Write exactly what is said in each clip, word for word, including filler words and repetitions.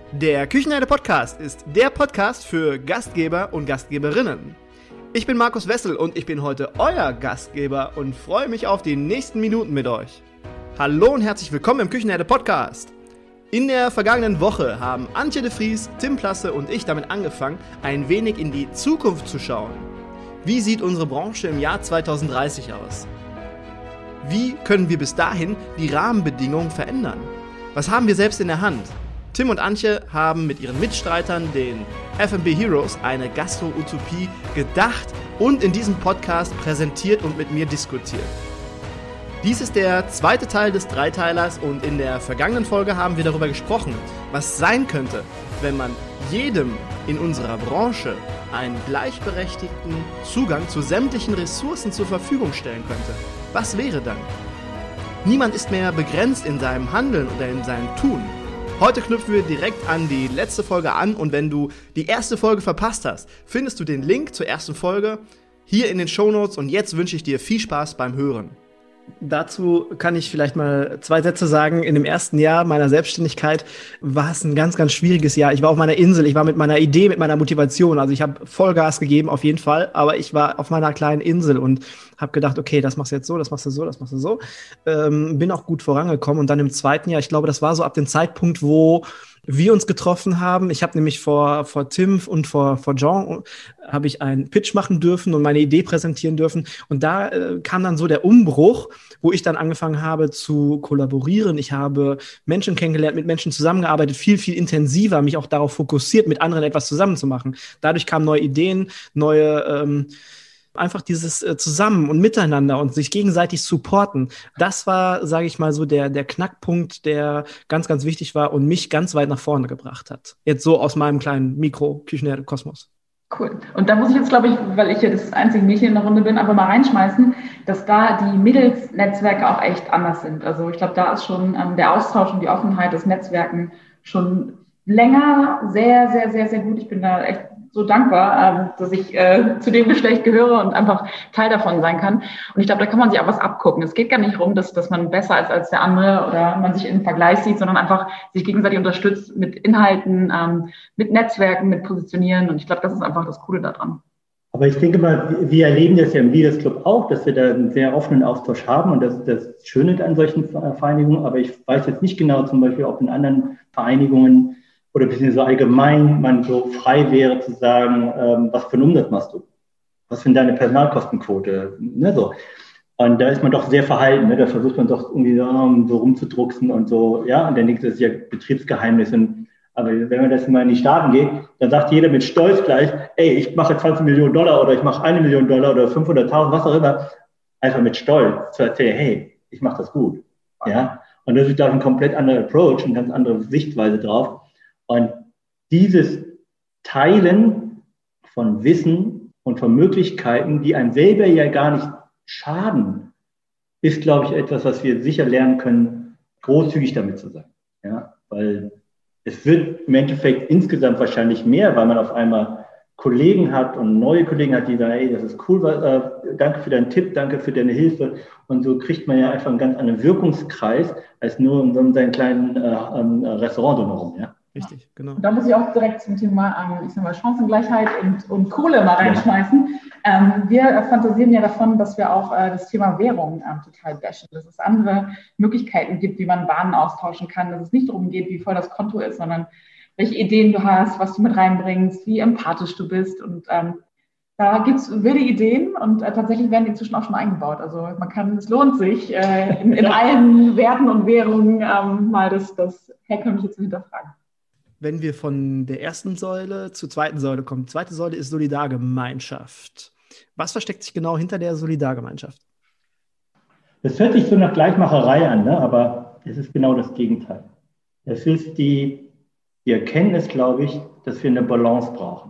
Der Küchenherde Podcast ist der Podcast für Gastgeber und Gastgeberinnen. Ich bin Markus Wessel und ich bin heute euer Gastgeber und freue mich auf die nächsten Minuten mit euch. Hallo und herzlich willkommen im Küchenherde Podcast. In der vergangenen Woche haben Antje de Vries, Tim Plasse und ich damit angefangen, ein wenig in die Zukunft zu schauen. Wie sieht unsere Branche im Jahr zwanzig dreißig aus? Wie können wir bis dahin die Rahmenbedingungen verändern? Was haben wir selbst in der Hand? Tim und Antje haben mit ihren Mitstreitern, den F and B Heroes, eine Gastro-Utopie gedacht und in diesem Podcast präsentiert und mit mir diskutiert. Dies ist der zweite Teil des Dreiteilers und in der vergangenen Folge haben wir darüber gesprochen, was sein könnte, wenn man jedem in unserer Branche einen gleichberechtigten Zugang zu sämtlichen Ressourcen zur Verfügung stellen könnte. Was wäre dann? Niemand ist mehr begrenzt in seinem Handeln oder in seinem Tun. Heute knüpfen wir direkt an die letzte Folge an und wenn du die erste Folge verpasst hast, findest du den Link zur ersten Folge hier in den Shownotes und jetzt wünsche ich dir viel Spaß beim Hören. Dazu kann ich vielleicht mal zwei Sätze sagen. In dem ersten Jahr meiner Selbstständigkeit war es ein ganz, ganz schwieriges Jahr. Ich war auf meiner Insel, ich war mit meiner Idee, mit meiner Motivation. Also ich habe Vollgas gegeben, auf jeden Fall. Aber ich war auf meiner kleinen Insel und habe gedacht, okay, das machst du jetzt so, das machst du so, das machst du so. Ähm, bin auch gut vorangekommen. Und dann im zweiten Jahr, ich glaube, das war so ab dem Zeitpunkt, wo wir uns getroffen haben. Ich habe nämlich vor vor Tim und vor vor Jean habe ich einen Pitch machen dürfen und meine Idee präsentieren dürfen. Und da äh, kam dann so der Umbruch, wo ich dann angefangen habe zu kollaborieren. Ich habe Menschen kennengelernt, mit Menschen zusammengearbeitet, viel, viel intensiver, mich auch darauf fokussiert, mit anderen etwas zusammen zu machen. Dadurch kamen neue Ideen, neue ähm, einfach dieses äh, Zusammen und Miteinander und sich gegenseitig supporten. Das war, sage ich mal, so der der Knackpunkt, der ganz, ganz wichtig war und mich ganz weit nach vorne gebracht hat. Jetzt so aus meinem kleinen Mikro-Küchenherde-Kosmos. Cool. Und da muss ich jetzt, glaube ich, weil ich ja das einzige Mädchen in der Runde bin, einfach mal reinschmeißen, dass da die Mädels-Netzwerke auch echt anders sind. Also ich glaube, da ist schon ähm, der Austausch und die Offenheit des Netzwerken schon länger sehr, sehr, sehr, sehr gut. Ich bin da echt so dankbar, ähm, dass ich äh, zu dem Geschlecht gehöre und einfach Teil davon sein kann. Und ich glaube, da kann man sich auch was abgucken. Es geht gar nicht darum, dass, dass man besser ist als der andere oder man sich im Vergleich sieht, sondern einfach sich gegenseitig unterstützt mit Inhalten, ähm, mit Netzwerken, mit Positionieren. Und ich glaube, das ist einfach das Coole daran. Aber ich denke mal, wir erleben das ja im Leaders Club auch, dass wir da einen sehr offenen Austausch haben und das ist das Schöne an solchen Vereinigungen. Aber ich weiß jetzt nicht genau, zum Beispiel, ob in anderen Vereinigungen oder beziehungsweise allgemein man so frei wäre zu sagen, ähm, was für einen Umsatz machst du? Was sind deine Personalkostenquote? Ne, so. Und da ist man doch sehr verhalten, ne? Da versucht man doch irgendwie um, so rumzudrucksen und so, ja, und dann denkt das ist ja Betriebsgeheimnis. Und, aber wenn man das mal in die Staaten geht, dann sagt jeder mit Stolz gleich, ey, ich mache zwanzig Millionen Dollar oder ich mache eine Million Dollar oder fünfhunderttausend, was auch immer, einfach mit Stolz zu erzählen, hey, ich mache das gut. Ja? Und das ist da ein komplett anderer Approach, eine ganz andere Sichtweise drauf. Und dieses Teilen von Wissen und von Möglichkeiten, die einem selber ja gar nicht schaden, ist, glaube ich, etwas, was wir sicher lernen können, großzügig damit zu sein. Ja, weil es wird im Endeffekt insgesamt wahrscheinlich mehr, weil man auf einmal Kollegen hat und neue Kollegen hat, die sagen, ey, das ist cool, äh, danke für deinen Tipp, danke für deine Hilfe. Und so kriegt man ja einfach einen ganz anderen Wirkungskreis, als nur in so einem kleinen äh, äh, Restaurant drumherum, ja. Richtig, genau. Und da muss ich auch direkt zum Thema, ähm, ich sag mal, Chancengleichheit und, und Kohle mal reinschmeißen. Ja. Ähm, wir fantasieren ja davon, dass wir auch äh, das Thema Währung ähm, total bashen, dass es andere Möglichkeiten gibt, wie man Waren austauschen kann, dass es nicht darum geht, wie voll das Konto ist, sondern welche Ideen du hast, was du mit reinbringst, wie empathisch du bist. Und ähm, da gibt es wilde Ideen und äh, tatsächlich werden die inzwischen auch schon eingebaut. Also man kann, es lohnt sich, äh, in, in allen Werten und Währungen ähm, mal das, das Herkömmliche zu hinterfragen. Wenn wir von der ersten Säule zur zweiten Säule kommen. Die zweite Säule ist Solidargemeinschaft. Was versteckt sich genau hinter der Solidargemeinschaft? Das hört sich so nach Gleichmacherei an, ne? Aber es ist genau das Gegenteil. Es ist die, die Erkenntnis, glaube ich, dass wir eine Balance brauchen.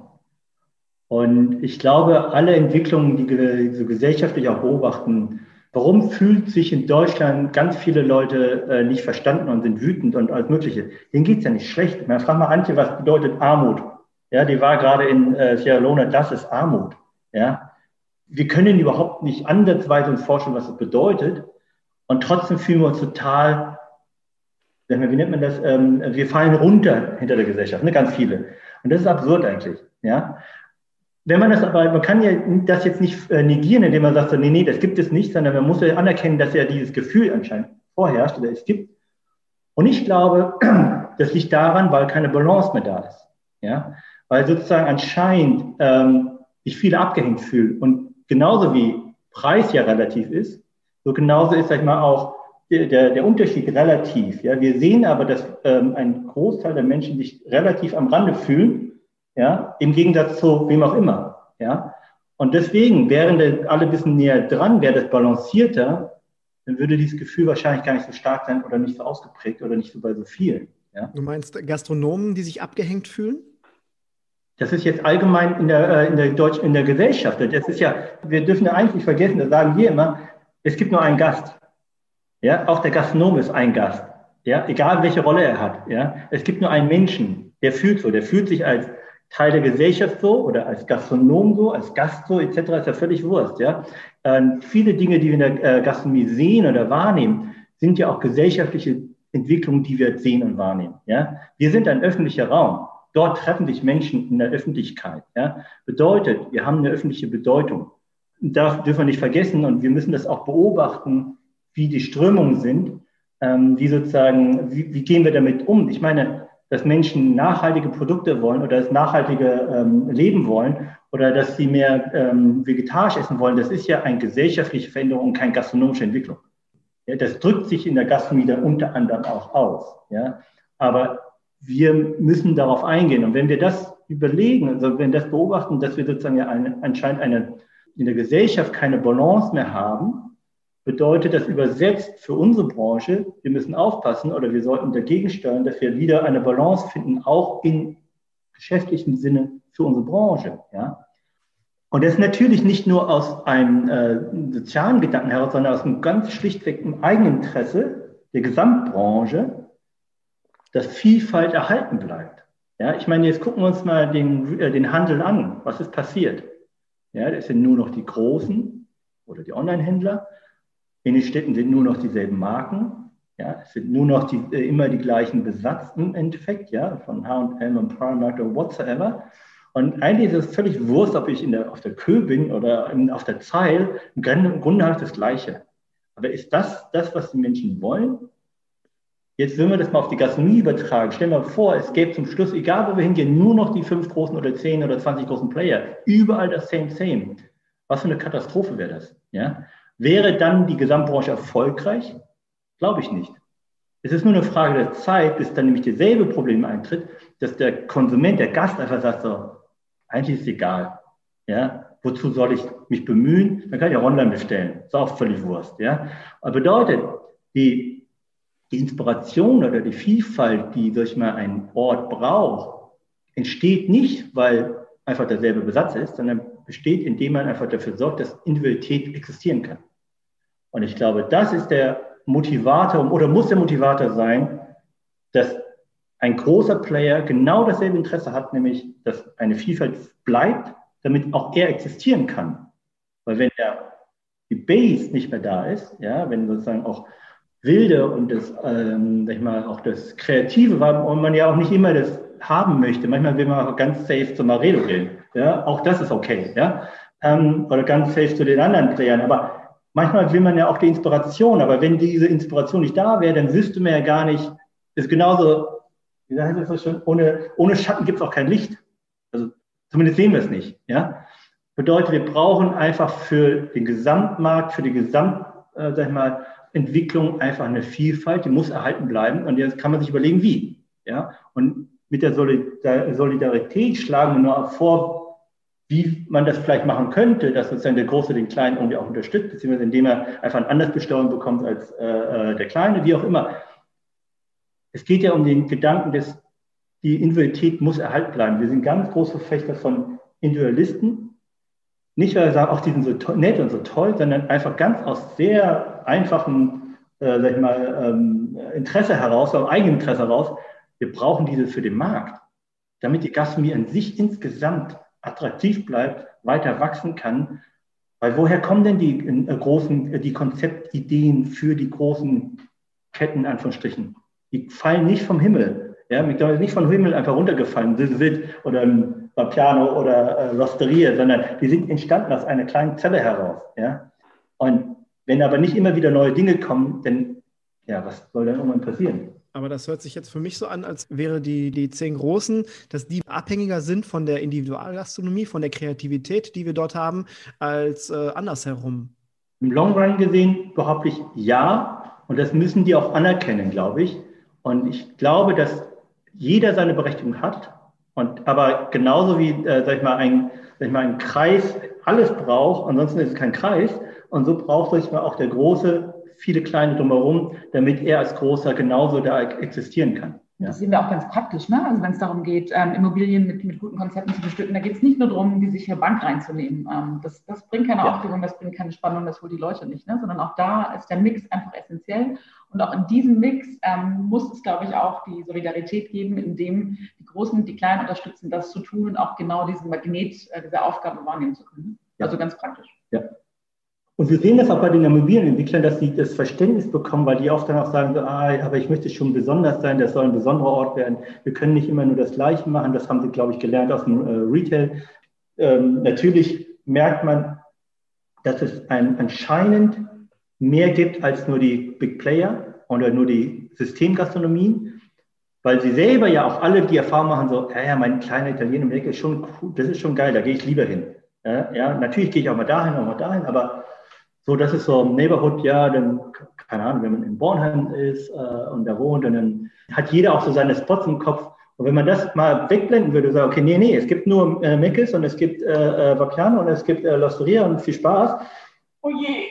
Und ich glaube, alle Entwicklungen, die wir so gesellschaftlich auch beobachten, warum fühlt sich in Deutschland ganz viele Leute äh, nicht verstanden und sind wütend und alles Mögliche? Denen geht's ja nicht schlecht. Man fragt mal Antje, was bedeutet Armut? Ja, die war gerade in äh, Sierra Leone, das ist Armut. Ja, wir können überhaupt nicht ansatzweise uns vorstellen, was das bedeutet. Und trotzdem fühlen wir uns total wie nennt man das, ähm, wir fallen runter hinter der Gesellschaft, ne, ganz viele. Und das ist absurd eigentlich, ja. Wenn man das aber, man kann ja das jetzt nicht negieren, indem man sagt, so, nee, nee, das gibt es nicht, sondern man muss ja anerkennen, dass ja dieses Gefühl anscheinend vorherrscht oder es gibt. Und ich glaube, das liegt daran, weil keine Balance mehr da ist, ja. Weil sozusagen anscheinend ähm, sich viele abgehängt fühlen. Und genauso wie Preis ja relativ ist, so genauso ist, sag ich mal, auch der, der, der Unterschied relativ. Ja? Wir sehen aber, dass ähm, ein Großteil der Menschen sich relativ am Rande fühlen, ja, im Gegensatz zu wem auch immer. Ja? Und deswegen, wären alle ein bisschen näher dran, wäre das balancierter, dann würde dieses Gefühl wahrscheinlich gar nicht so stark sein oder nicht so ausgeprägt oder nicht so bei so vielen. Ja? Du meinst Gastronomen, die sich abgehängt fühlen? Das ist jetzt allgemein in der, in der Deutsch, in der Gesellschaft. Das ist ja, wir dürfen ja eigentlich vergessen, das sagen wir immer, es gibt nur einen Gast. Ja, auch der Gastronom ist ein Gast. Ja, egal welche Rolle er hat. Ja, es gibt nur einen Menschen, der fühlt so, der fühlt sich als Teil der Gesellschaft so oder als Gastronom so, als Gast so, et cetera. Ist ja völlig Wurst. Ja, ähm, viele Dinge, die wir in der äh, Gastronomie sehen oder wahrnehmen, sind ja auch gesellschaftliche Entwicklungen, die wir sehen und wahrnehmen. Ja, wir sind ein öffentlicher Raum. Dort treffen sich Menschen in der Öffentlichkeit. Ja? Bedeutet, wir haben eine öffentliche Bedeutung. Da dürfen wir nicht vergessen und wir müssen das auch beobachten, wie die Strömungen sind, ähm, wie sozusagen, wie, wie gehen wir damit um? Ich meine, dass Menschen nachhaltige Produkte wollen oder das nachhaltige ähm, Leben wollen oder dass sie mehr ähm, vegetarisch essen wollen, das ist ja eine gesellschaftliche Veränderung und keine gastronomische Entwicklung. Ja? Das drückt sich in der Gastronomie dann unter anderem auch aus. Ja? Aber wir müssen darauf eingehen. Und wenn wir das überlegen, also wenn wir das beobachten, dass wir sozusagen ja eine, anscheinend eine, in der Gesellschaft keine Balance mehr haben, bedeutet das übersetzt für unsere Branche, wir müssen aufpassen oder wir sollten dagegen steuern, dass wir wieder eine Balance finden, auch im geschäftlichen Sinne für unsere Branche. Ja? Und das natürlich nicht nur aus einem äh, sozialen Gedanken heraus, sondern aus einem ganz schlichtweg im Eigeninteresse der Gesamtbranche, dass Vielfalt erhalten bleibt. Ja, ich meine, jetzt gucken wir uns mal den, äh, den Handel an. Was ist passiert? Ja, das sind nur noch die Großen oder die Online-Händler. In den Städten sind nur noch dieselben Marken. Ja, es sind nur noch die, äh, immer die gleichen Besatz im Endeffekt, ja, von H und M und Primark oder whatsoever. Und eigentlich ist es völlig Wurst, ob ich in der, auf der Kö bin oder in, auf der Zeil. Im Grunde, im Grunde habe ich das Gleiche. Aber ist das das, was die Menschen wollen? Jetzt, wenn wir das mal auf die Gastronomie übertragen, stellen wir vor, es gäbe zum Schluss, egal wo wir hingehen, nur noch die fünf großen oder zehn oder zwanzig großen Player. Überall das same, same. Was für eine Katastrophe wäre das? Ja? Wäre dann die Gesamtbranche erfolgreich? Glaube ich nicht. Es ist nur eine Frage der Zeit, bis dann nämlich dasselbe Problem eintritt, dass der Konsument, der Gast einfach sagt so, eigentlich ist es egal. Ja? Wozu soll ich mich bemühen? Dann kann ich auch online bestellen. Ist auch völlig Wurst. Ja? Aber bedeutet, die Die Inspiration oder die Vielfalt, die durch mal ein Ort braucht, entsteht nicht, weil einfach derselbe Besatz ist, sondern besteht, indem man einfach dafür sorgt, dass Individualität existieren kann. Und ich glaube, das ist der Motivator oder muss der Motivator sein, dass ein großer Player genau dasselbe Interesse hat, nämlich, dass eine Vielfalt bleibt, damit auch er existieren kann. Weil wenn der, die Base nicht mehr da ist, ja, wenn sozusagen auch Wilde und das, ähm, sag ich mal, auch das Kreative war und man ja auch nicht immer das haben möchte. Manchmal will man auch ganz safe zum Maredo gehen. Ja, auch das ist okay. Ja, ähm, oder ganz safe zu den anderen Playern. Aber manchmal will man ja auch die Inspiration. Aber wenn diese Inspiration nicht da wäre, dann wüsste man ja gar nicht, ist genauso, wie sagt das so schön, ohne, ohne Schatten gibt es auch kein Licht. Also zumindest sehen wir es nicht. Ja, bedeutet, wir brauchen einfach für den Gesamtmarkt, für die Gesamt, äh, sag ich mal, Entwicklung einfach eine Vielfalt, die muss erhalten bleiben und jetzt kann man sich überlegen, wie. Ja? Und mit der Solidarität schlagen wir nur vor, wie man das vielleicht machen könnte, dass sozusagen der Große den Kleinen irgendwie auch unterstützt, beziehungsweise indem er einfach eine andere Besteuerung bekommt als äh, der Kleine, wie auch immer. Es geht ja um den Gedanken, dass die Individualität muss erhalten bleiben. Wir sind ganz große Verfechter von Individualisten. Nicht, weil wir sagen, auch die sind so toll, nett und so toll, sondern einfach ganz aus sehr einfachen, äh, sag ich mal, ähm, Interesse heraus, aus eigenem Interesse heraus. Wir brauchen diese für den Markt, damit die Gastronomie an sich insgesamt attraktiv bleibt, weiter wachsen kann. Weil woher kommen denn die äh, großen, äh, die Konzeptideen für die großen Ketten, Anführungsstrichen? die fallen nicht vom Himmel. Ja, McDonald's ist nicht vom Himmel einfach runtergefallen, oder ein Vapiano oder äh, L'Osteria, sondern die sind entstanden aus einer kleinen Zelle heraus. Ja? Und wenn aber nicht immer wieder neue Dinge kommen, dann, ja, was soll dann irgendwann passieren? Aber das hört sich jetzt für mich so an, als wäre die, die zehn Großen, dass die abhängiger sind von der Individualgastronomie, von der Kreativität, die wir dort haben, als äh, andersherum. Im Long Run gesehen behaupte ich ja. Und das müssen die auch anerkennen, glaube ich. Und ich glaube, dass jeder seine Berechtigung hat. Und, aber genauso wie, äh, sag ich mal, ein, sag ich mal, ein Kreis alles braucht, ansonsten ist es kein Kreis. Und so braucht, sag ich mal, auch der Große viele kleine drumherum, damit er als Großer genauso da existieren kann. Ja. Das sehen wir auch ganz praktisch, ne? Also wenn es darum geht, ähm, Immobilien mit, mit guten Konzepten zu bestücken, da geht es nicht nur darum, die sichere Bank reinzunehmen. Ähm, das, das bringt keine ja. Aufregung, das bringt keine Spannung, das holt die Leute nicht, ne? Sondern auch da ist der Mix einfach essentiell. Und auch in diesem Mix ähm, muss es, glaube ich, auch die Solidarität geben, in dem die Großen und die Kleinen unterstützen, das zu tun und auch genau diesen Magnet, äh, diese Aufgabe wahrnehmen zu können. Ja. Also ganz praktisch. Ja. Und wir sehen das auch bei den Immobilienentwicklern, dass sie das Verständnis bekommen, weil die oft dann auch sagen, so, ah, aber ich möchte schon besonders sein, das soll ein besonderer Ort werden. Wir können nicht immer nur das Gleiche machen. Das haben sie, glaube ich, gelernt aus dem äh, Retail. Ähm, natürlich merkt man, dass es ein, anscheinend mehr gibt als nur die Big Player oder nur die Systemgastronomien, weil sie selber ja auch alle die Erfahrung machen, so, ja, ja, mein kleiner Italiener im Eck ist schon cool, das ist schon geil, da gehe ich lieber hin. Ja, ja, natürlich gehe ich auch mal dahin, auch mal dahin, aber so, das ist so ein Neighborhood, ja, dann, keine Ahnung, wenn man in Bornheim ist äh, und da wohnt, und dann hat jeder auch so seine Spots im Kopf. Und wenn man das mal wegblenden würde, sagen, okay, nee, nee, es gibt nur äh, Meckes und es gibt äh, Vapiano und es gibt äh, L'Osteria und viel Spaß. Oh je.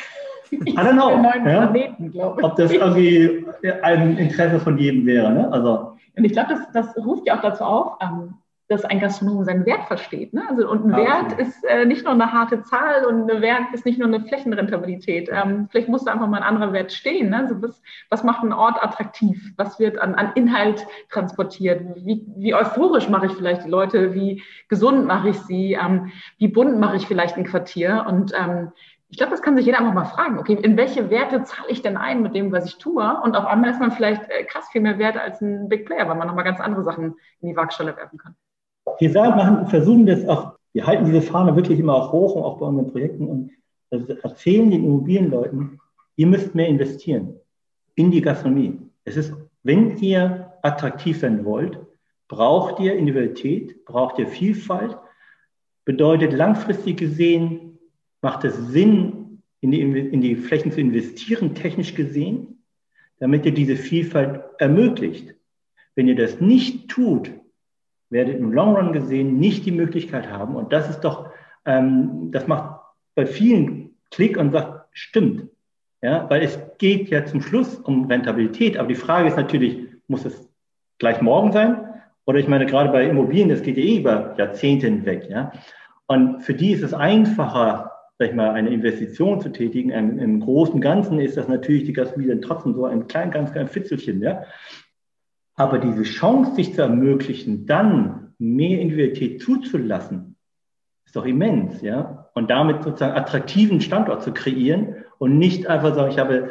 I don't know, ja? Planeten, ob das irgendwie ein Interesse von jedem wäre. Ne? Also, und ich glaube, das, das ruft ja auch dazu auf, ähm, dass ein Gastronom seinen Wert versteht. Ne? Also, und ein Wert okay. ist äh, nicht nur eine harte Zahl und ein Wert ist nicht nur eine Flächenrentabilität. Ähm, vielleicht muss da einfach mal ein anderer Wert stehen. Ne? Also was, was macht einen Ort attraktiv? Was wird an, an Inhalt transportiert? Wie, wie euphorisch mache ich vielleicht die Leute? Wie gesund mache ich sie? Ähm, wie bunt mache ich vielleicht ein Quartier? Und ähm, ich glaube, das kann sich jeder einfach mal fragen. Okay, in welche Werte zahle ich denn ein mit dem, was ich tue? Und auf einmal ist man vielleicht äh, krass viel mehr wert als ein Big Player, weil man nochmal ganz andere Sachen in die Waagschale werfen kann. Wir sagen, machen, versuchen das auch, wir halten diese Fahne wirklich immer auch hoch und auch bei unseren Projekten und erzählen den Immobilienleuten, ihr müsst mehr investieren in die Gastronomie. Es ist, wenn ihr attraktiv sein wollt, braucht ihr Individualität, braucht ihr Vielfalt, bedeutet langfristig gesehen, macht es Sinn, in die, in die Flächen zu investieren, technisch gesehen, damit ihr diese Vielfalt ermöglicht. Wenn ihr das nicht tut, werdet im Long Run gesehen nicht die Möglichkeit haben. Und das ist doch, ähm, das macht bei vielen Klick und sagt, stimmt. Ja, weil es geht ja zum Schluss um Rentabilität. Aber die Frage ist natürlich, muss es gleich morgen sein? Oder ich meine, gerade bei Immobilien, das geht ja eh über Jahrzehnte hinweg. Ja? Und für die ist es einfacher, sag ich mal, eine Investition zu tätigen. Im, im großen Ganzen ist das natürlich die Gastronomie trotzdem so ein klein, ganz klein Fitzelchen. Ja? Aber diese Chance, sich zu ermöglichen, dann mehr Individualität zuzulassen, ist doch immens, ja. Und damit sozusagen attraktiven Standort zu kreieren und nicht einfach sagen, ich habe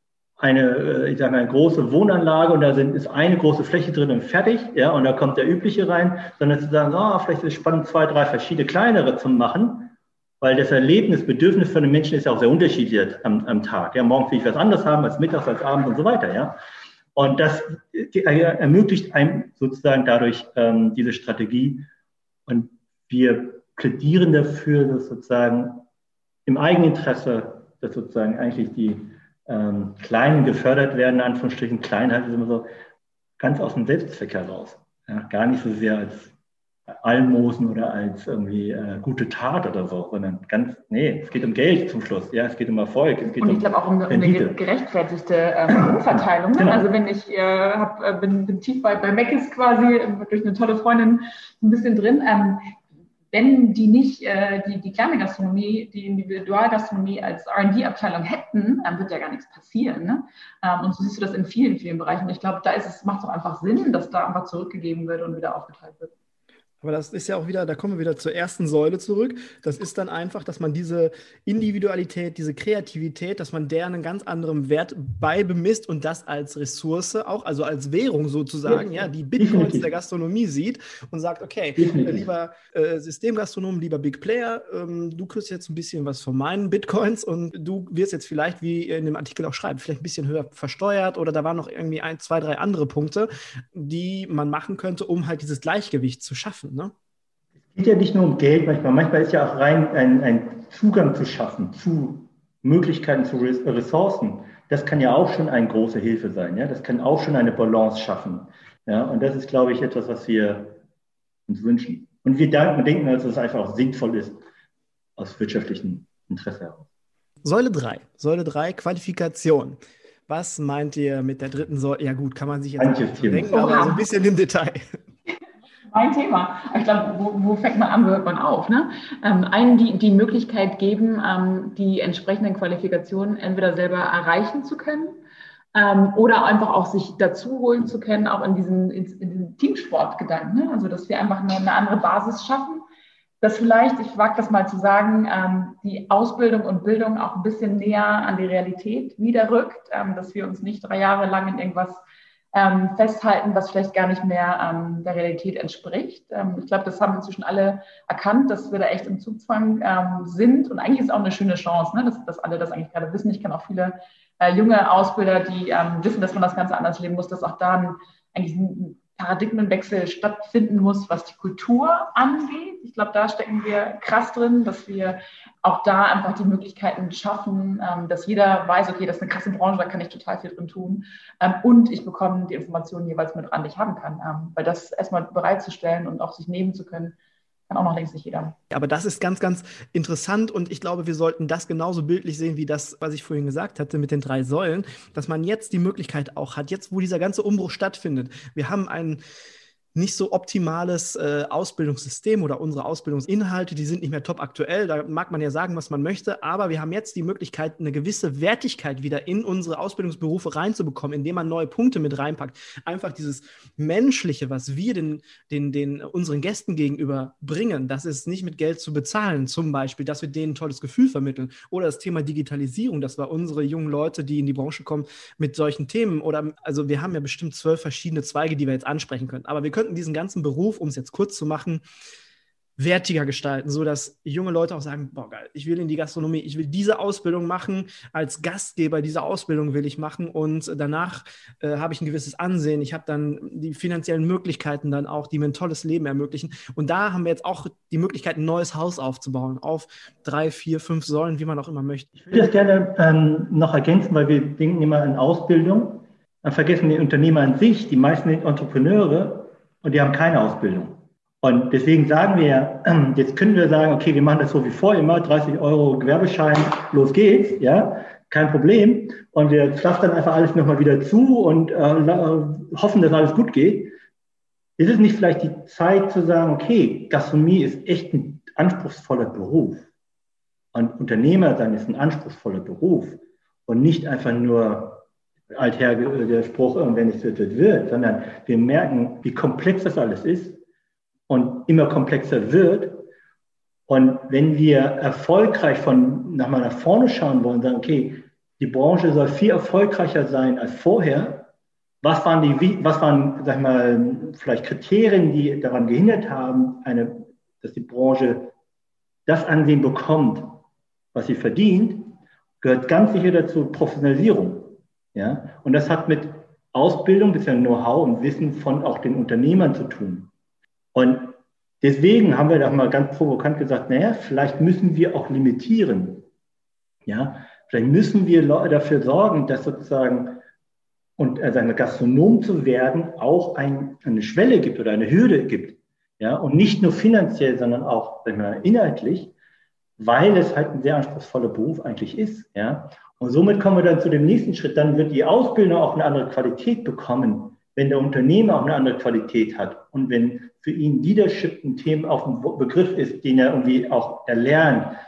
eine, ich sage mal, eine große Wohnanlage und da sind, ist eine große Fläche drin und fertig, ja, und da kommt der Übliche rein, sondern zu sagen, oh, vielleicht ist es spannend, zwei, drei verschiedene kleinere zu machen, weil das Erlebnis, Bedürfnis von den Menschen ist ja auch sehr unterschiedlich am, am Tag. Ja, morgens will ich was anderes haben als mittags, als abends und so weiter, ja. Und das ermöglicht einem sozusagen dadurch ähm, diese Strategie. Und wir plädieren dafür, dass sozusagen im Eigeninteresse, dass sozusagen eigentlich die ähm, Kleinen gefördert werden, in Anführungsstrichen. Kleinheit ist immer so ganz aus dem Selbstzweck heraus. Ja, gar nicht so sehr als Almosen oder als irgendwie äh, gute Tat oder so, sondern ganz, nee, es geht um Geld zum Schluss, ja, es geht um Erfolg. Es geht und ich um glaube auch um, um eine gerechtfertigte ähm, Umverteilung. Ne? Genau. Also wenn ich äh, hab, äh, bin, bin tief bei, bei Meckes quasi, äh, durch eine tolle Freundin ein bisschen drin, ähm, wenn die nicht äh, die, die kleine Gastronomie, die Individualgastronomie als R and D-Abteilung hätten, dann wird ja gar nichts passieren. Ne? Ähm, und so siehst du das in vielen, vielen Bereichen. Und ich glaube, da ist es, macht es auch einfach Sinn, dass da einfach zurückgegeben wird und wieder aufgeteilt wird. Aber das ist ja auch wieder, da kommen wir wieder zur ersten Säule zurück. Das ist dann einfach, dass man diese Individualität, diese Kreativität, dass man der einen ganz anderen Wert beibemisst und das als Ressource auch, also als Währung sozusagen, ja, Ja, die Bitcoins definitiv. der Gastronomie sieht und sagt, okay, äh, Definitiv. lieber äh, Systemgastronom, lieber Big Player, ähm, du kriegst jetzt ein bisschen was von meinen Bitcoins und du wirst jetzt vielleicht, wie in dem Artikel auch schreibt, vielleicht ein bisschen höher versteuert oder da waren noch irgendwie ein, zwei, drei andere Punkte, die man machen könnte, um halt dieses Gleichgewicht zu schaffen. Ne? Es geht ja nicht nur um Geld manchmal. Manchmal ist ja auch rein ein, ein Zugang zu schaffen zu Möglichkeiten, zu Ressourcen. Das kann ja auch schon eine große Hilfe sein. Ja? Das kann auch schon eine Balance schaffen. Ja? Und das ist, glaube ich, etwas, was wir uns wünschen. Und wir denken, dass es einfach auch sinnvoll ist, aus wirtschaftlichem Interesse heraus. Säule drei. Säule drei, Qualifikation. Was meint ihr mit der dritten Säule? Ja gut, kann man sich jetzt Manches denken, aber so ein bisschen im Detail. Mein Thema. Ich glaube, wo, wo fängt man an, wo hört man auf? Ne? Ähm, einen die, die Möglichkeit geben, ähm, die entsprechenden Qualifikationen entweder selber erreichen zu können ähm, oder einfach auch sich dazu holen zu können, auch in diesen, in, in diesen Teamsportgedanken. Ne? Also, dass wir einfach eine, eine andere Basis schaffen, dass vielleicht, ich wage das mal zu sagen, ähm, die Ausbildung und Bildung auch ein bisschen näher an die Realität wieder rückt, ähm, dass wir uns nicht drei Jahre lang in irgendwas Ähm, festhalten, was vielleicht gar nicht mehr ähm, der Realität entspricht. Ähm, ich glaube, das haben inzwischen alle erkannt, dass wir da echt im Zugzwang ähm, sind. Und eigentlich ist es auch eine schöne Chance, ne, dass, dass alle das eigentlich gerade wissen. Ich kenne auch viele äh, junge Ausbilder, die ähm, wissen, dass man das Ganze anders leben muss, dass auch da ein, eigentlich ein Paradigmenwechsel stattfinden muss, was die Kultur angeht. Ich glaube, da stecken wir krass drin, dass wir auch da einfach die Möglichkeiten schaffen, ähm, dass jeder weiß, okay, das ist eine krasse Branche, da kann ich total viel drin tun. Ähm, und ich bekomme die Informationen jeweils mit ran, die ich haben kann. Ähm, weil das erstmal bereitzustellen und auch sich nehmen zu können, kann auch noch längst nicht jeder. Aber das ist ganz, ganz interessant und ich glaube, wir sollten das genauso bildlich sehen wie das, was ich vorhin gesagt hatte mit den drei Säulen, dass man jetzt die Möglichkeit auch hat, jetzt wo dieser ganze Umbruch stattfindet. Wir haben einen nicht so optimales äh, Ausbildungssystem oder unsere Ausbildungsinhalte, die sind nicht mehr top aktuell. Da mag man ja sagen, was man möchte, aber wir haben jetzt die Möglichkeit, eine gewisse Wertigkeit wieder in unsere Ausbildungsberufe reinzubekommen, indem man neue Punkte mit reinpackt. Einfach dieses Menschliche, was wir den, den, den unseren Gästen gegenüber bringen, das ist nicht mit Geld zu bezahlen, zum Beispiel, dass wir denen ein tolles Gefühl vermitteln. Oder das Thema Digitalisierung, das war unsere jungen Leute, die in die Branche kommen, mit solchen Themen. Oder also wir haben ja bestimmt zwölf verschiedene Zweige, die wir jetzt ansprechen können. Aber wir können diesen ganzen Beruf, um es jetzt kurz zu machen, wertiger gestalten, sodass junge Leute auch sagen, boah geil, ich will in die Gastronomie, ich will diese Ausbildung machen, als Gastgeber diese Ausbildung will ich machen und danach äh, habe ich ein gewisses Ansehen, ich habe dann die finanziellen Möglichkeiten dann auch, die mir ein tolles Leben ermöglichen und da haben wir jetzt auch die Möglichkeit, ein neues Haus aufzubauen, auf drei, vier, fünf Säulen, wie man auch immer möchte. Ich würde das gerne ähm, noch ergänzen, weil wir denken immer an Ausbildung, dann vergessen die Unternehmer an sich, die meisten sind Entrepreneure, und die haben keine Ausbildung. Und deswegen sagen wir ja, jetzt können wir sagen, okay, wir machen das so wie vorher immer, dreißig Euro Gewerbeschein, los geht's, ja, kein Problem. Und wir pflastern einfach alles nochmal wieder zu und äh, hoffen, dass alles gut geht. Ist es nicht vielleicht die Zeit zu sagen, okay, Gastronomie ist echt ein anspruchsvoller Beruf. Und Unternehmer sein ist ein anspruchsvoller Beruf und nicht einfach nur althergebrachter der Spruch, wenn nichts wird, wird, wird, sondern wir merken, wie komplex das alles ist und immer komplexer wird. Und wenn wir erfolgreich von nach mal nach vorne schauen wollen, sagen, okay, die Branche soll viel erfolgreicher sein als vorher. Was waren die, was waren, sag ich mal, vielleicht Kriterien, die daran gehindert haben, eine, dass die Branche das Ansehen bekommt, was sie verdient, gehört ganz sicher dazu Professionalisierung. Ja, und das hat mit Ausbildung, bzw. Know-how und Wissen von auch den Unternehmern zu tun. Und deswegen haben wir da mal ganz provokant gesagt, naja, vielleicht müssen wir auch limitieren. Ja, vielleicht müssen wir dafür sorgen, dass sozusagen und also eine Gastronom zu werden auch ein, eine Schwelle gibt oder eine Hürde gibt. Ja, und nicht nur finanziell, sondern auch sagen wir, inhaltlich, weil es halt ein sehr anspruchsvoller Beruf eigentlich ist. Ja. Und somit kommen wir dann zu dem nächsten Schritt. Dann wird die Ausbildung auch eine andere Qualität bekommen, wenn der Unternehmer auch eine andere Qualität hat und wenn für ihn Leadership ein Thema auf dem Begriff ist, den er irgendwie auch erlernt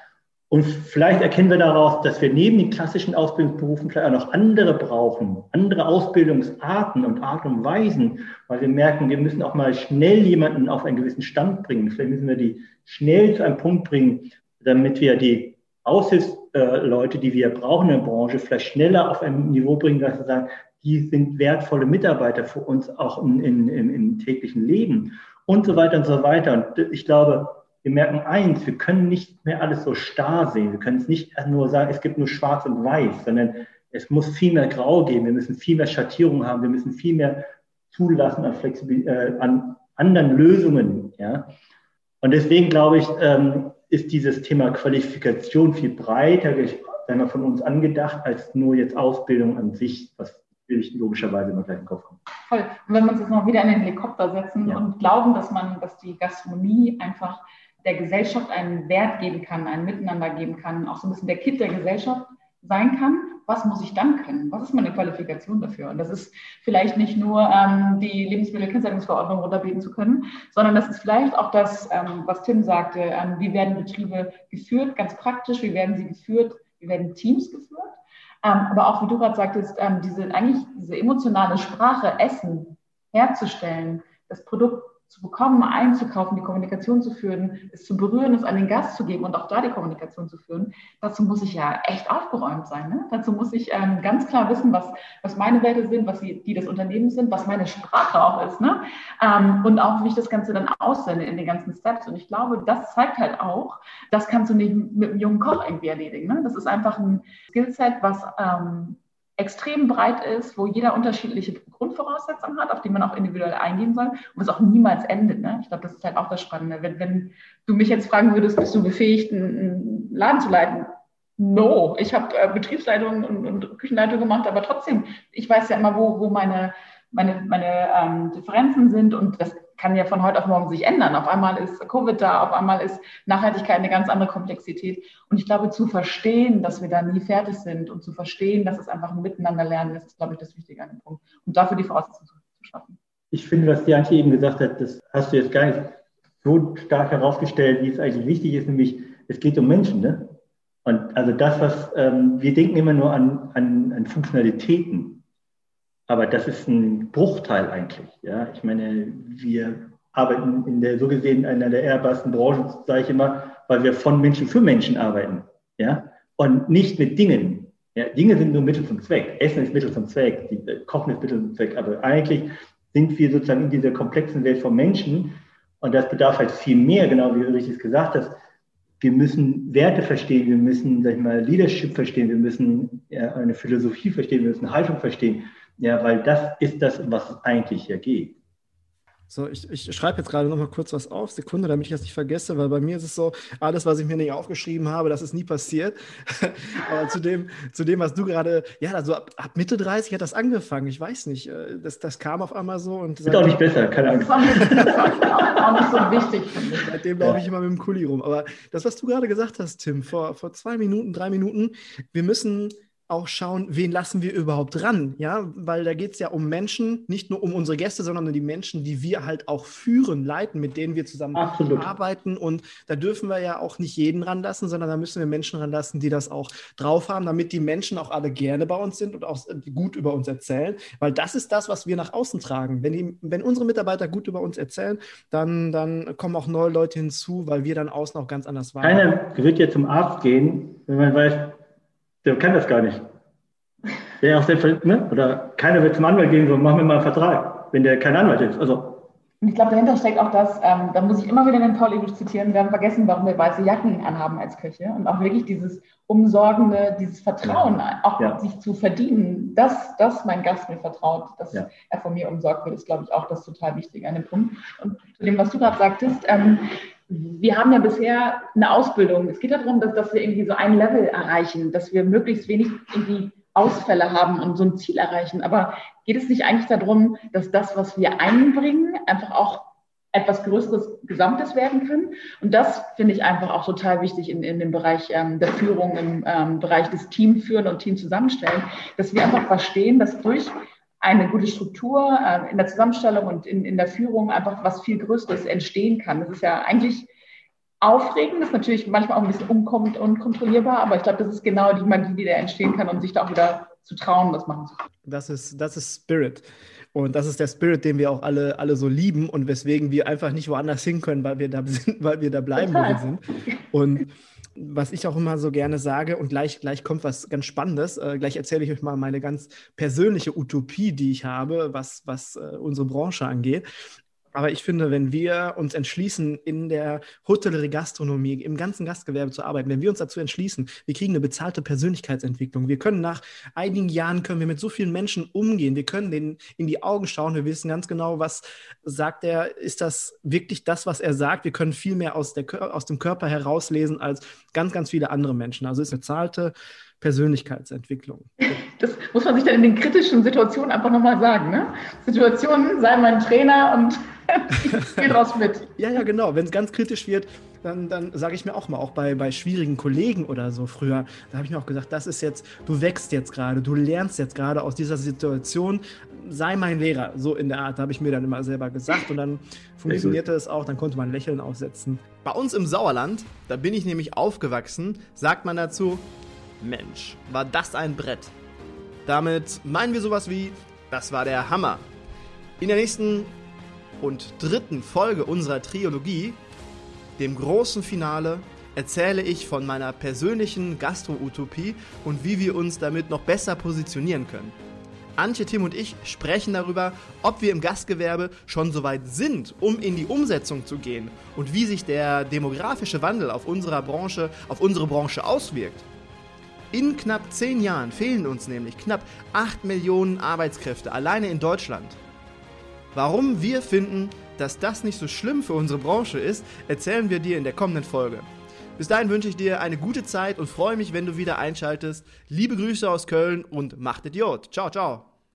Und vielleicht erkennen wir daraus, dass wir neben den klassischen Ausbildungsberufen vielleicht auch noch andere brauchen, andere Ausbildungsarten und Art und Weisen, weil wir merken, wir müssen auch mal schnell jemanden auf einen gewissen Stand bringen. Vielleicht müssen wir die schnell zu einem Punkt bringen, damit wir die Aushilfsleute, die wir brauchen in der Branche, vielleicht schneller auf ein Niveau bringen, dass wir sagen, die sind wertvolle Mitarbeiter für uns auch in, in, im, im täglichen Leben und so weiter und so weiter. Und ich glaube, wir merken eins, wir können nicht mehr alles so starr sehen. Wir können es nicht nur sagen, es gibt nur schwarz und weiß, sondern es muss viel mehr Grau geben. Wir müssen viel mehr Schattierung haben. Wir müssen viel mehr zulassen an, Flexibil- äh, an anderen Lösungen. Ja? Und deswegen glaube ich, ähm, ist dieses Thema Qualifikation viel breiter sagen wir, von uns angedacht, als nur jetzt Ausbildung an sich, was natürlich logischerweise immer gleich im Kopf kommt. Voll. Und wenn wir uns jetzt noch wieder in den Helikopter setzen ja. und glauben, dass man, dass die Gastronomie einfach der Gesellschaft einen Wert geben kann, ein Miteinander geben kann, auch so ein bisschen der Kitt der Gesellschaft sein kann, was muss ich dann können? Was ist meine Qualifikation dafür? Und das ist vielleicht nicht nur ähm, die Lebensmittelkennzeichnungsverordnung runterbeten zu können, sondern das ist vielleicht auch das, ähm, was Tim sagte, ähm, wie werden Betriebe geführt, ganz praktisch, wie werden sie geführt, wie werden Teams geführt, ähm, aber auch, wie du gerade sagtest, ähm, diese, eigentlich diese emotionale Sprache, Essen herzustellen, das Produkt zu bekommen, einzukaufen, die Kommunikation zu führen, es zu berühren, es an den Gast zu geben und auch da die Kommunikation zu führen, dazu muss ich ja echt aufgeräumt sein. Ne? Dazu muss ich ähm, ganz klar wissen, was, was meine Werte sind, was die, die des Unternehmens sind, was meine Sprache auch ist. Ne? Ähm, und auch, wie ich das Ganze dann aussende in den ganzen Steps. Und ich glaube, das zeigt halt auch, das kannst du nicht mit einem jungen Koch irgendwie erledigen. Ne? Das ist einfach ein Skillset, was ähm, extrem breit ist, wo jeder unterschiedliche Grundvoraussetzungen hat, auf die man auch individuell eingehen soll und was auch niemals endet. Ne? Ich glaube, das ist halt auch das Spannende. Wenn, wenn du mich jetzt fragen würdest, bist du befähigt, einen Laden zu leiten? No, ich habe äh, Betriebsleitung und, und Küchenleitung gemacht, aber trotzdem, ich weiß ja immer, wo, wo meine, meine, meine ähm, Differenzen sind und das kann ja von heute auf morgen sich ändern. Auf einmal ist Covid da, auf einmal ist Nachhaltigkeit eine ganz andere Komplexität. Und ich glaube, zu verstehen, dass wir da nie fertig sind und zu verstehen, dass es einfach ein Miteinander lernen ist, ist, glaube ich, das Wichtige an dem Punkt. Und dafür die Voraussetzungen zu schaffen. Ich finde, was Janke eben gesagt hat, das hast du jetzt gar nicht so stark herausgestellt, wie es eigentlich wichtig ist, nämlich es geht um Menschen. Ne? Und also das, was ähm, wir denken immer nur an, an, an Funktionalitäten. Aber das ist ein Bruchteil eigentlich. Ja, ich meine, wir arbeiten in der so gesehen einer der ehrbarsten Branchen, sage ich immer, weil wir von Menschen für Menschen arbeiten. Ja, und nicht mit Dingen. Ja, Dinge sind nur Mittel zum Zweck. Essen ist Mittel zum Zweck. Die, Kochen ist Mittel zum Zweck. Aber eigentlich sind wir sozusagen in dieser komplexen Welt von Menschen. Und das bedarf halt viel mehr, genau wie du richtig gesagt hast. Wir müssen Werte verstehen. Wir müssen, sag ich mal, Leadership verstehen. Wir müssen ja, eine Philosophie verstehen. Wir müssen Haltung verstehen. Ja, weil das ist das, was es eigentlich hier geht. So, ich, ich schreibe jetzt gerade noch mal kurz was auf, Sekunde, damit ich das nicht vergesse, weil bei mir ist es so, alles, was ich mir nicht aufgeschrieben habe, das ist nie passiert. Aber zu dem, zu dem, was du gerade, ja, also ab, ab Mitte dreißig hat das angefangen, ich weiß nicht, das, das kam auf einmal so. Und ist auch nicht besser, keine Angst. Das ist auch nicht so wichtig, finde ich. Seitdem laufe ich immer mit dem Kuli rum. Aber das, was du gerade gesagt hast, Tim, vor, vor zwei Minuten, drei Minuten, wir müssen auch schauen, wen lassen wir überhaupt ran, ja, weil da geht es ja um Menschen, nicht nur um unsere Gäste, sondern um die Menschen, die wir halt auch führen, leiten, mit denen wir zusammen Absolut. arbeiten und da dürfen wir ja auch nicht jeden ranlassen, sondern da müssen wir Menschen ranlassen, die das auch drauf haben, damit die Menschen auch alle gerne bei uns sind und auch gut über uns erzählen, weil das ist das, was wir nach außen tragen. Wenn, die, wenn unsere Mitarbeiter gut über uns erzählen, dann, dann kommen auch neue Leute hinzu, weil wir dann außen auch ganz anders waren. Keiner wird ja zum Arzt gehen, wenn man weiß, der kann das gar nicht. Der auch selbst, ne? Oder keiner wird zum Anwalt gehen, so machen wir mal einen Vertrag, wenn der kein Anwalt ist. Also. Und ich glaube, dahinter steckt auch das, ähm, da muss ich immer wieder den Paul Elusch zitieren, wir haben vergessen, warum wir weiße Jacken anhaben als Köche und auch wirklich dieses Umsorgende, dieses Vertrauen, ja. auch ja. sich zu verdienen, dass, dass mein Gast mir vertraut, dass ja. er von mir umsorgt wird, ist, glaube ich, auch das total Wichtige an dem Punkt. Und zu dem, was du gerade sagtest, ähm, wir haben ja bisher eine Ausbildung. Es geht darum, dass, dass wir irgendwie so ein Level erreichen, dass wir möglichst wenig irgendwie Ausfälle haben und so ein Ziel erreichen. Aber geht es nicht eigentlich darum, dass das, was wir einbringen, einfach auch etwas Größeres, Gesamtes werden kann? Und das finde ich einfach auch total wichtig in, in dem Bereich ähm, der Führung, im ähm, Bereich des Teamführen und Team zusammenstellen, dass wir einfach verstehen, dass durch eine gute Struktur äh, in der Zusammenstellung und in, in der Führung einfach was viel Größeres entstehen kann. Das ist ja eigentlich aufregend, das ist natürlich manchmal auch ein bisschen unkon- unkontrollierbar, aber ich glaube, das ist genau die Magie, die da entstehen kann und sich da auch wieder zu trauen, das machen zu können. Das ist, das ist Spirit. Und das ist der Spirit, den wir auch alle, alle so lieben und weswegen wir einfach nicht woanders hin können, weil wir da sind, weil wir da bleiben, Total. Wo wir sind. Und was ich auch immer so gerne sage, und gleich, gleich kommt was ganz Spannendes, äh, gleich erzähle ich euch mal meine ganz persönliche Utopie, die ich habe, was, was äh, unsere Branche angeht. Aber ich finde, wenn wir uns entschließen, in der Hotellerie-Gastronomie, im ganzen Gastgewerbe zu arbeiten, wenn wir uns dazu entschließen, wir kriegen eine bezahlte Persönlichkeitsentwicklung, wir können nach einigen Jahren, können wir mit so vielen Menschen umgehen, wir können denen in die Augen schauen, wir wissen ganz genau, was sagt er, ist das wirklich das, was er sagt, wir können viel mehr aus, der, aus dem Körper herauslesen als ganz, ganz viele andere Menschen. Also es ist eine bezahlte Persönlichkeitsentwicklung. Das muss man sich dann in den kritischen Situationen einfach nochmal sagen, ne? Situationen, sei mein Trainer und ich gehe draus mit. Ja, ja, genau. Wenn es ganz kritisch wird, dann, dann sage ich mir auch mal, auch bei, bei schwierigen Kollegen oder so früher, da habe ich mir auch gesagt, das ist jetzt, du wächst jetzt gerade, du lernst jetzt gerade aus dieser Situation, sei mein Lehrer. So in der Art, da habe ich mir dann immer selber gesagt und dann funktionierte es auch, dann konnte man ein Lächeln aufsetzen. Bei uns im Sauerland, da bin ich nämlich aufgewachsen, sagt man dazu, Mensch, war das ein Brett. Damit meinen wir sowas wie, das war der Hammer. In der nächsten und dritten Folge unserer Trilogie, dem großen Finale, erzähle ich von meiner persönlichen Gastro-Utopie und wie wir uns damit noch besser positionieren können. Antje, Tim und ich sprechen darüber, ob wir im Gastgewerbe schon so weit sind, um in die Umsetzung zu gehen und wie sich der demografische Wandel auf unserer Branche, auf unsere Branche auswirkt. In knapp zehn Jahren fehlen uns nämlich knapp acht Millionen Arbeitskräfte alleine in Deutschland. Warum wir finden, dass das nicht so schlimm für unsere Branche ist, erzählen wir dir in der kommenden Folge. Bis dahin wünsche ich dir eine gute Zeit und freue mich, wenn du wieder einschaltest. Liebe Grüße aus Köln und macht Idiot. Ciao, ciao.